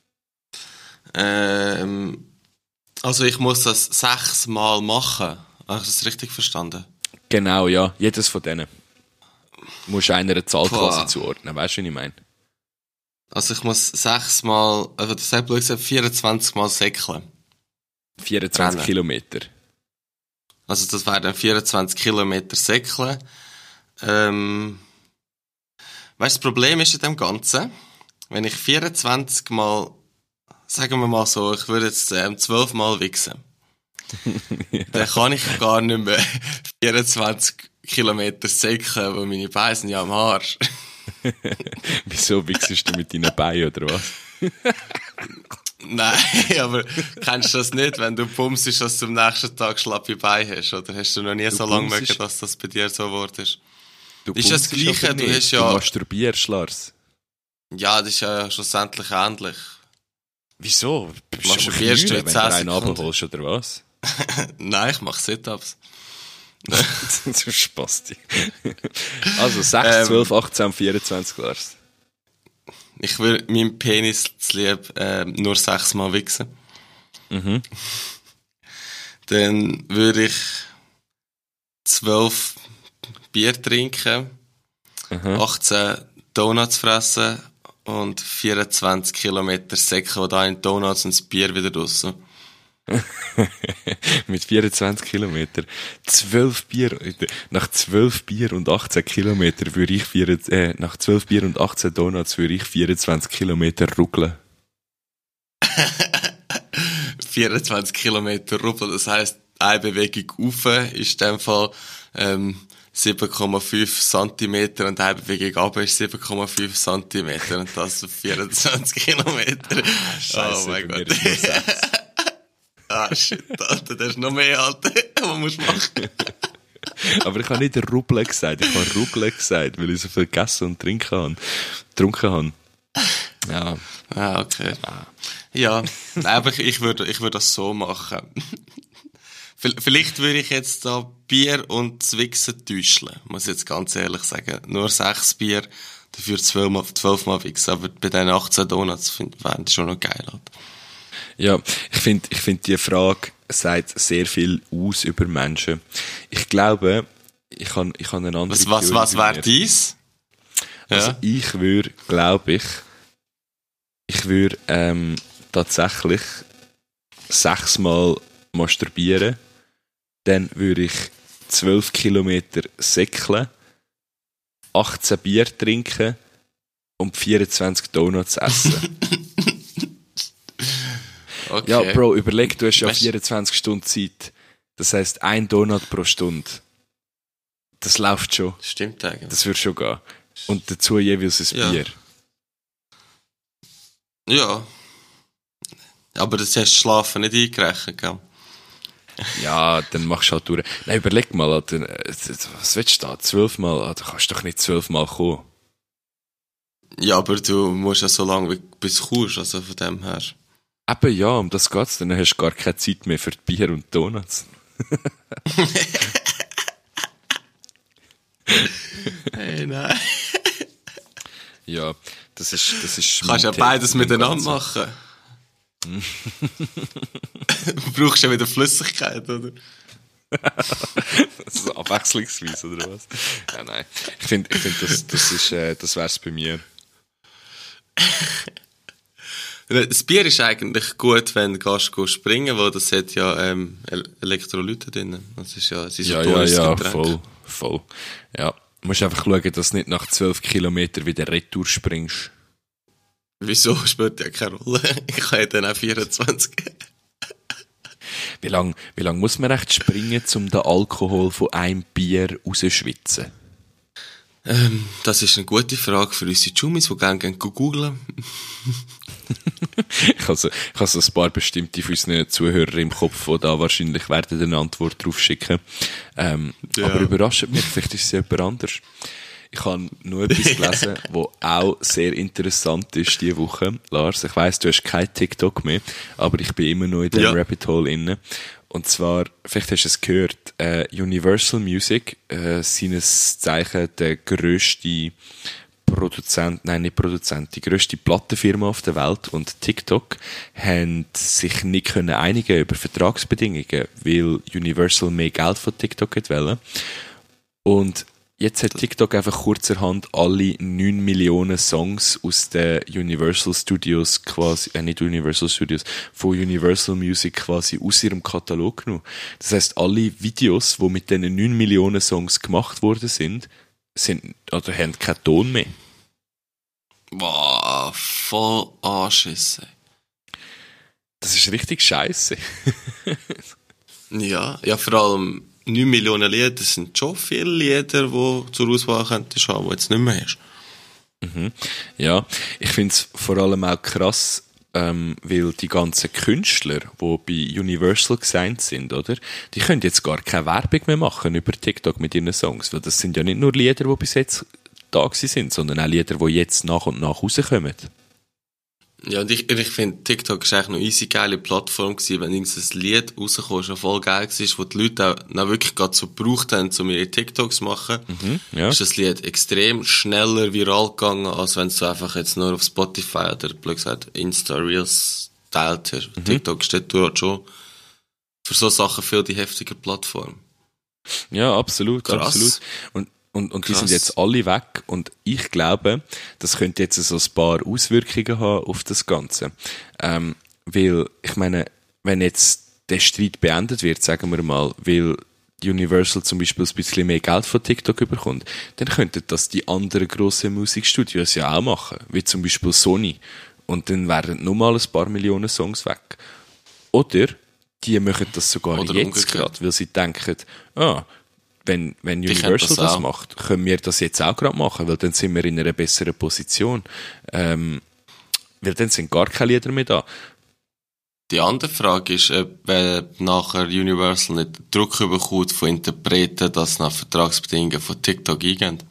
Also ich muss das 6 Mal machen. Habe ich das richtig verstanden? Genau, ja. Jedes von denen. Du musst einer Zahlklasse Boah. zuordnen. Weißt du, was ich meine? Also ich muss 6 Mal, also das hat bloß gesagt, 24 Mal säckeln. 24 Rennen. Kilometer. Also das wäre dann 24 Kilometer säckeln. Weißt du, das Problem ist in dem Ganzen, wenn ich 24 Mal, sagen wir mal so, ich würde jetzt 12 Mal wichsen, dann kann ich gar nicht mehr 24 Kilometer säckeln, weil meine Beine sind ja am Arsch. Wieso wichsest du mit deinen Beinen, oder was? Nein, aber kennst du das nicht, wenn du pumpst, dass du am nächsten Tag schlappe Beine hast? Oder hast du noch nie so lange pumpsest- mögen, dass das bei dir so geworden ist? Du Ist das pumpsest Gleiche, aber du nicht. hast ja- Du masturbierst, Lars. Ja, das ist ja schlussendlich ähnlich. Wieso? Bist Masturbierst du wenn in du 10 einen Sekunden? abholst, oder was? Nein, ich mache Sit-Ups. So Spasti. Also 6, 12, 18 und 24, Lars. Ich würde meinem Penis zu lieb nur 6 Mal wichsen. Mhm. Dann würde ich 12 Bier trinken, Aha. 18 Donuts fressen und 24 Kilometer säckeln, da in Donuts und das Bier wieder draussen. Mit 24 Kilometer. 12 Bier. Nach 12 Bier und 18 Kilometer würde ich nach 12 Bier und 18 Donuts würde ich 24 Kilometer ruckeln. 24 Kilometer ruppeln, das heisst, eine Bewegung rauf ist in dem Fall 7,5 Zentimeter und eine Bewegung runter ist 7,5 Zentimeter und das auf 24 Kilometer. Scheiße, Oh mein bei mir Gott. ist nur 6. Ah, shit, Alter, das ist noch mehr, Alter. Was musst du machen? Aber ich habe nicht Rubbeln gesagt, ich habe Ruckeln gesagt, weil ich so viel gegessen und getrunken habe. Ja. Ah, okay. Ja, nein, aber ich würde das so machen. Vielleicht würde ich jetzt da Bier und das Wichsen täuschen, muss ich jetzt ganz ehrlich sagen. Nur 6 Bier, dafür 12 Mal Wichsen, aber bei den 18 Donuts wären die schon noch geil. Alter. Ja, ich finde, die Frage sagt sehr viel aus über Menschen. Ich glaube, ich habe eine andere Was Theorie bei wäre mir. dies? Also Ja. ich würde, glaube ich, tatsächlich 6 Mal masturbieren, dann würde ich 12 Kilometer säckeln, 18 Bier trinken und 24 Donuts essen. Okay. Ja, Bro, überleg, du hast ja Weißt- 24 Stunden Zeit. Das heisst, 1 Donut pro Stunde. Das läuft schon. Stimmt eigentlich. Das würde schon gehen. Und dazu jeweils ein Ja. Bier. Ja. Aber das hast du Schlafen nicht eingerechnet, gell? Ja, dann machst du halt durch. Nein, überleg mal, Alter, was willst du da? 12 Mal? Du kannst doch nicht 12 Mal kommen. Ja, aber du musst ja so lange bis du kommst, also von dem her. Eben ja, um das geht's. Dann hast du gar keine Zeit mehr für die Bier und Donuts. Hey, nein. Ja, das ist Du mein kannst ja Take beides zu dem miteinander Ganzen. machen. Du brauchst ja wieder Flüssigkeit, oder? So abwechslungsweise, oder was? Ja, nein. Ich finde, das wär's bei mir. Das Bier ist eigentlich gut, wenn du gehst springen, weil das hat ja Elektrolyte drin. Das ist ja ein isotonisches Getränk. voll. Ja, du musst einfach schauen, dass du nicht nach 12 Kilometern wieder retour springst. Wieso? Spielt ja keine Rolle. Ich habe dann auch 24. Wie lang muss man echt springen, um den Alkohol von einem Bier rauszuschwitzen? Das ist eine gute Frage für unsere Jumis, die gerne googeln. Ich habe so ein paar bestimmte von unseren Zuhörern im Kopf, die da wahrscheinlich werden eine Antwort drauf schicken. Aber überrascht mich, vielleicht ist es jemand anders. Ich habe nur etwas gelesen, was auch sehr interessant ist diese Woche. Lars, ich weiss, du hast kein TikTok mehr, aber ich bin immer noch in dem Rabbit Hole inne. Und zwar, vielleicht hast du es gehört, Universal Music, seines Zeichen der grösste die grösste Plattenfirma auf der Welt und TikTok haben sich nicht können einigen über Vertragsbedingungen, weil Universal mehr Geld von TikTok wollte. Und jetzt hat TikTok einfach kurzerhand alle 9 Millionen Songs aus den Universal Studios quasi, nicht Universal Studios, von Universal Music quasi aus ihrem Katalog genommen. Das heisst, alle Videos, die mit diesen 9 Millionen Songs gemacht worden sind oder haben keinen Ton mehr. Boah, voll Anschiss. Das ist richtig scheisse. Ja, vor allem 9 Millionen Lieder, das sind schon viele Lieder, die zur Auswahl könntest haben, die jetzt nicht mehr hast. Mhm. Ja, ich finde es vor allem auch krass, weil die ganzen Künstler, die bei Universal gesigned sind, oder? Die können jetzt gar keine Werbung mehr machen über TikTok mit ihren Songs, weil das sind ja nicht nur Lieder, die bis jetzt da sind, sondern auch Lieder, die jetzt nach und nach rauskommen. Ja, und ich finde, TikTok ist eigentlich noch eine easy geile Plattform gewesen, wenn irgendein Lied rauskommt, schon voll geil war, wo die Leute auch wirklich gerade so gebraucht haben, um ihre TikToks zu machen. Ja. Ist das Lied extrem schneller viral gegangen, als wenn du einfach jetzt nur auf Spotify oder, blöd gesagt, Insta-Reels teilt hast. TikTok steht dort schon für so Sachen viel die heftige Plattform. Ja, absolut, Krass. absolut. Und die sind jetzt alle weg und ich glaube, das könnte jetzt so ein paar Auswirkungen haben auf das Ganze. Weil, ich meine, wenn jetzt der Streit beendet wird, sagen wir mal, weil Universal zum Beispiel ein bisschen mehr Geld von TikTok bekommt, dann könnten das die anderen grossen Musikstudios ja auch machen, wie zum Beispiel Sony. Und dann wären nur mal ein paar Millionen Songs weg. Oder die machen das sogar oder jetzt gerade, weil sie denken, wenn Universal das macht, können wir das jetzt auch gerade machen, weil dann sind wir in einer besseren Position. Weil dann sind gar keine Lieder mehr da. Die andere Frage ist, ob nachher Universal nicht Druck bekommt von Interpreten, dass sie nach Vertragsbedingungen von TikTok eingehen.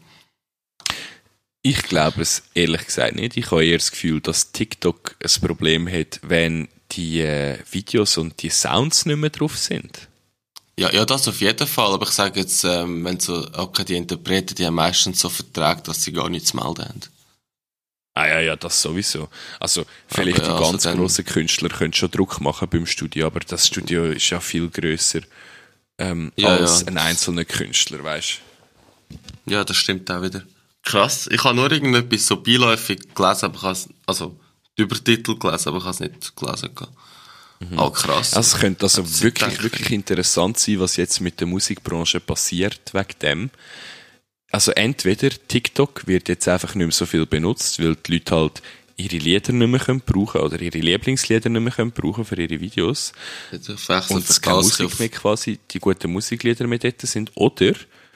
Ich glaube es ehrlich gesagt nicht. Ich habe eher das Gefühl, dass TikTok ein Problem hat, wenn die Videos und die Sounds nicht mehr drauf sind. Ja, das auf jeden Fall. Aber ich sage jetzt, wenn so, okay, die Interpreten, die haben meistens so Verträge, dass sie gar nichts zu melden haben. Ja, das sowieso. Also, vielleicht aber die ganz grossen Künstler können schon Druck machen beim Studio, aber das Studio ist ja viel grösser als ein einzelner Künstler, weißt du? Ja, das stimmt auch wieder. Krass. Ich habe nur irgendetwas so beiläufig gelesen, aber ich habe also die Übertitel gelesen, aber ich habe es nicht gelesen. Krass. Also es könnte also wirklich interessant sein, was jetzt mit der Musikbranche passiert wegen dem. Also entweder TikTok wird jetzt einfach nicht mehr so viel benutzt, weil die Leute halt ihre Lieder nicht mehr brauchen können oder ihre Lieblingslieder nicht mehr brauchen für ihre Videos. Und es keine Musik mehr quasi, die guten Musiklieder mehr dort sind. Oder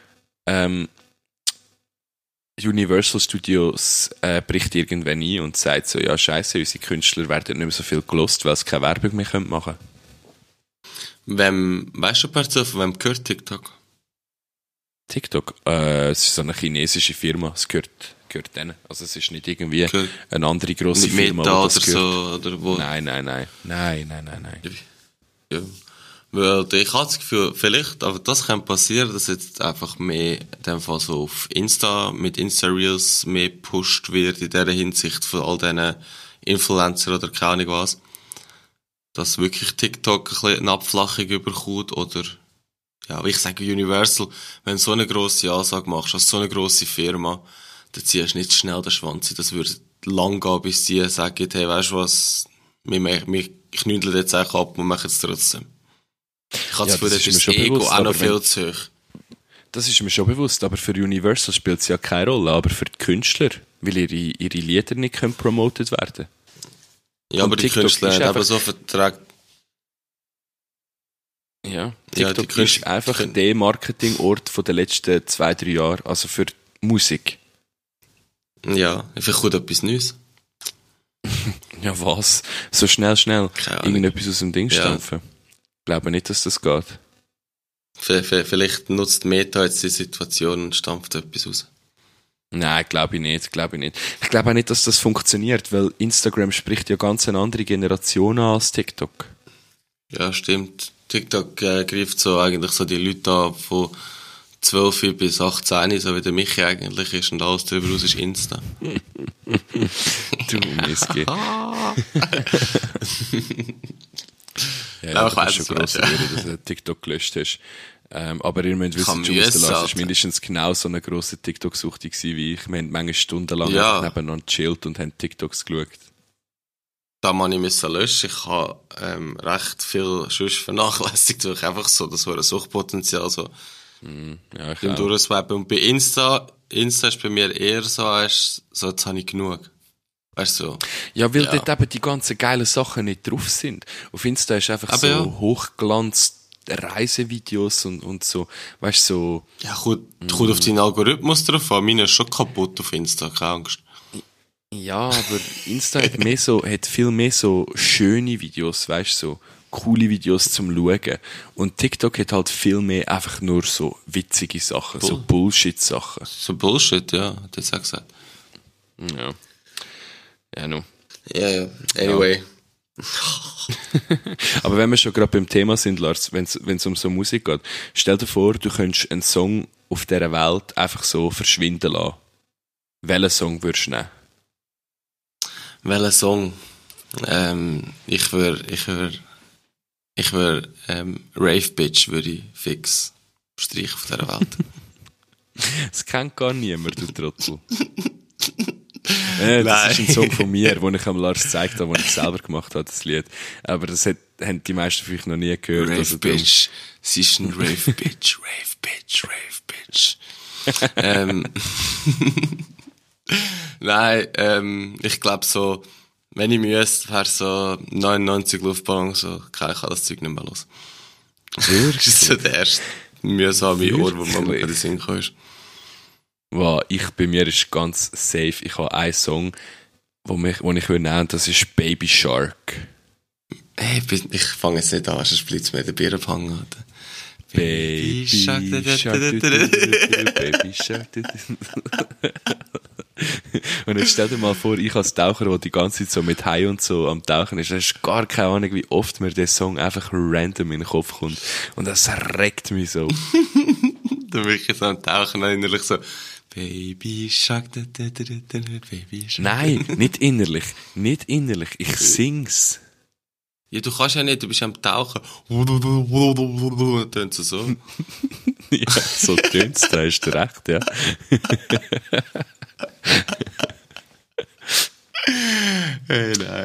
Universal Studios bricht irgendwann ein und sagt so, ja scheisse, unsere Künstler werden nicht mehr so viel gelost, weil sie keine Werbung mehr machen können. Weißt du per von wem gehört TikTok? TikTok? Es ist so eine chinesische Firma, es gehört denen. Also es ist nicht irgendwie eine andere grosse Firma, Meta die das oder gehört. So, oder wo? Nein. Ja. Weil ich habe das Gefühl, vielleicht, aber das kann passieren, dass jetzt einfach mehr, in dem Fall so auf mit Insta-Reels mehr gepusht wird, in dieser Hinsicht von all diesen Influencer oder keine Ahnung was. Dass wirklich TikTok ein bisschen eine Abflachung überkommt, oder, ja, wie ich sage, Universal, wenn du so eine grosse Ansage machst, als so eine grosse Firma, dann ziehst du nicht schnell den Schwanz ein. Das würde lang gehen, bis die sagen, hey, weißt du was, wir knüdeln jetzt eigentlich ab und machen es trotzdem. Ich habe das Gefühl, das ist das Ego auch noch viel zu hoch. Das ist mir schon bewusst, aber für Universal spielt es ja keine Rolle, aber für die Künstler, weil ihre Lieder nicht promotet werden können. Ja, aber die Künstler haben eben so Verträge. Ja, TikTok ist einfach der Marketingort von den letzten 2-3 Jahren, also für Musik. Ja, vielleicht kommt etwas Neues. Ja, was? So schnell Keine Ahnung. irgendetwas aus dem Ding Ja. stampfen? Ich glaube nicht, dass das geht. Vielleicht nutzt Meta jetzt die Situation und stampft etwas raus. Nein, glaube ich nicht. Ich glaube auch nicht, dass das funktioniert, weil Instagram spricht ja ganz eine andere Generation an als TikTok. Ja, stimmt. TikTok greift so eigentlich so die Leute an von 12 bis 18, so wie der Michi eigentlich ist, und alles darüber raus ist Insta. Du Missgi. Ja, Aber ich das weiss ist es schon nicht, grosse Ehre, dass du TikTok gelöscht hast. Aber ihr müsst wissen, Kann Julius, müssen, der Lars ist Alter. mindestens genau so eine grosse TikTok-Suchte gewesen wie ich. Wir haben manchmal stundenlang Ja. einfach nebeneinander gechillt und haben TikToks geschaut. Da muss ich müssen löschen. Ich habe recht viel sonst vernachlässigt, weil ich einfach so das war ein Suchtpotenzial so Ja, ich im auch. Durchswipen. Und bei Insta ist bei mir eher so, jetzt habe ich genug. Weißt du, so. Ja, weil Ja. dort eben die ganzen geilen Sachen nicht drauf sind. Auf Insta ist einfach Aber so ja. Hochglanz Reisevideos und so, weißt du, so, Ja, kommt auf deinen Algorithmus drauf an. Meine ist schon kaputt auf Insta, keine Angst. ja, aber Insta hat viel mehr so schöne Videos, weißt du, so coole Videos zum Schauen. Und TikTok hat halt viel mehr einfach nur so witzige Sachen, so Bullshit-Sachen. So Bullshit, ja, hat er auch gesagt. Ja. Ja, no. Ja. Anyway. Aber wenn wir schon gerade beim Thema sind, Lars, wenn es um so Musik geht, stell dir vor, du könntest einen Song auf dieser Welt einfach so verschwinden lassen. Welchen Song würdest du nehmen? Welcher Song? Ich würde Rave Bitch würde ich fix streichen auf dieser Welt. Das kennt gar niemand, du Trottel. Das Nein. ist ein Song von mir, den ich am Lars gezeigt habe, den ich selber gemacht habe, das Lied. Aber das haben die meisten vielleicht noch nie gehört. Rave Also darum- Bitch. Sie ist ein Rave Bitch, Rave Bitch, Rave Bitch. Nein, ich glaube so, wenn ich müsste, wäre so 99 Luftballons, so, ich kann das Zeug nicht mehr los. Das ist so der erste mühsame Ohr, wo man Wirklich? gerade singen kann. Wow, bei mir ist ganz safe. Ich habe einen Song, den ich nehmen würde, das ist Baby Shark. Hey, ich fange jetzt nicht an, sonst bleibt es mir in der Birne hängen. Alter. Baby Shark, Baby Shark. Und jetzt stell dir mal vor, ich als Taucher, der die ganze Zeit so mit Hai und so am Tauchen ist, hast gar keine Ahnung, wie oft mir der Song einfach random in den Kopf kommt. Und das regt mich so. Da bin ich jetzt am Tauchen innerlich so, Baby Shark, Baby Shark. Nein, nicht innerlich. Nicht innerlich. Ich sing's. Ja, du kannst ja nicht, du bist am Tauchen. Tönt so. Ja, so tönt's, da hast du recht, ja. Hey, nein.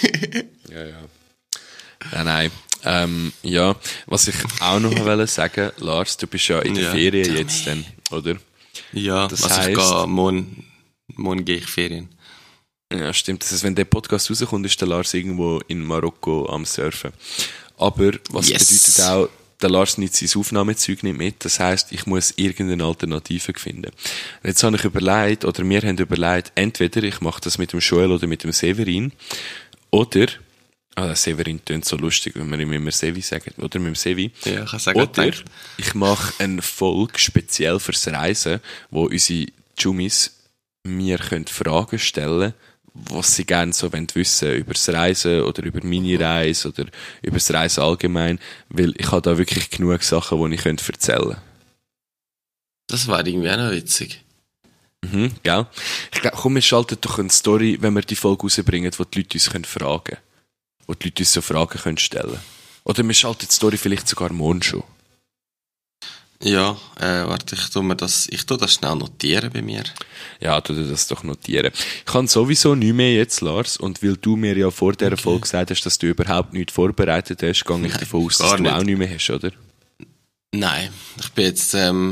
Ja, nein. Ja, was ich auch noch wollte sagen, Lars, du bist ja in der Ja. Ferien jetzt dann, oder? Ja, Das also ich heisst- gehe morgen gehe ich Ferien. Ja, stimmt. Das heißt, wenn der Podcast rauskommt, ist der Lars irgendwo in Marokko am Surfen. Aber was Yes. bedeutet auch, der Lars nimmt sein Aufnahmezeug nicht mit. Das heisst, ich muss irgendeine Alternative finden. Und jetzt habe ich überlegt, oder wir haben überlegt, entweder ich mache das mit dem Joel oder mit dem Severin, oder, der Severin tönt so lustig, wenn wir ihm immer Sevi sagen, oder mit dem Sevi. Ja, ich kann sagen, Oder ich mache eine Folge speziell fürs Reisen, wo unsere Jumis mir Fragen stellen können, was sie gerne so wissen wollen über das Reisen oder über meine Reise oder über das Reisen allgemein, weil ich habe da wirklich genug Sachen, die ich erzählen könnte. das wäre irgendwie auch noch witzig. Mhm, gell? Ich glaube, komm, wir schalten doch eine Story, wenn wir die Folge rausbringen, wo die Leute uns fragen können. Wo die Leute uns so Fragen stellen können. Oder wir schalten die Story vielleicht sogar morgen schon. Ja, warte, ich tue das schnell notieren bei mir. Ja, tu dir das doch notieren. Ich kann sowieso nicht mehr jetzt, Lars, und weil du mir ja vor dieser Folge gesagt hast, dass du überhaupt nichts vorbereitet hast, gehe ich Nein, davon aus, gar dass du nicht. auch nicht mehr hast, oder? Nein, ich bin jetzt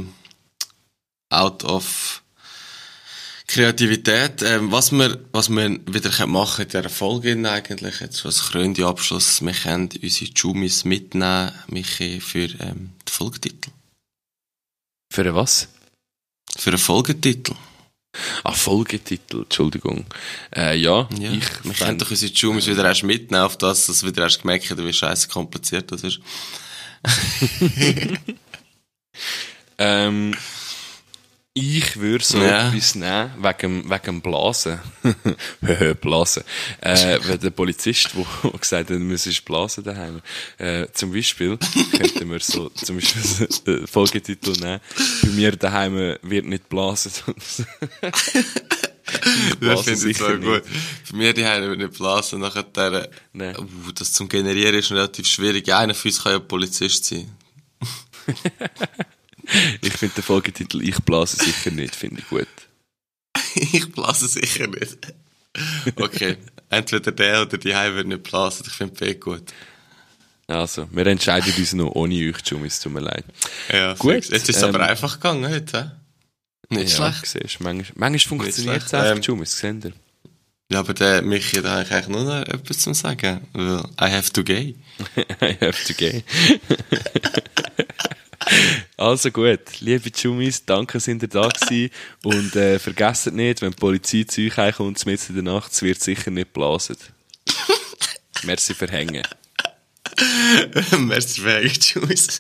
out of Kreativität. Was wir wieder machen in dieser Folge eigentlich, jetzt als krönende Abschluss, wir können unsere Jumis mitnehmen, Michi, für den Folgetitel. Für was? Für einen Folgetitel. Folgetitel, Entschuldigung. Ja, Ja, wir können doch unsere Jumis wieder erst mitnehmen auf das, dass wir wieder erst gemerkt haben, wie scheiße kompliziert das ist. Ich würde so etwas nehmen, wegen Blasen. Blasen. Wenn der Polizist, der gesagt hat, du müsstest blasen daheim. Zum Beispiel, könnten wir so, zum Beispiel den Folgetitel nehmen. Bei mir daheim wird nicht blasen. Das finde ich so gut. Bei mir daheim wird nicht blasen, nachher das zum Generieren ist relativ schwierig. Ja, einer von uns kann ja Polizist sein. Ich finde den Folgetitel «Ich blase sicher nicht» finde ich gut. Ich blase sicher nicht. Okay, entweder der oder die Heim wird nicht blasen. Ich finde B gut. Also, wir entscheiden uns noch ohne euch, Jumis, tut mir leid. Ja, gut. Jetzt ist es aber einfach gegangen heute. Nicht schlecht. Siehst, manchmal funktioniert es einfach, Jumis, seht ihr? Ja, aber der Michi hat eigentlich nur noch etwas zu sagen. Weil I have to gay. I have to gay. Also gut, liebe Jumis, danke, sind ihr da gewesen. Und vergesst nicht, wenn die Polizei zu euch heimkommt, mitten in der Nacht, es wird sicher nicht blasen. Merci für Hängen. Merci für Hängen, Jumis.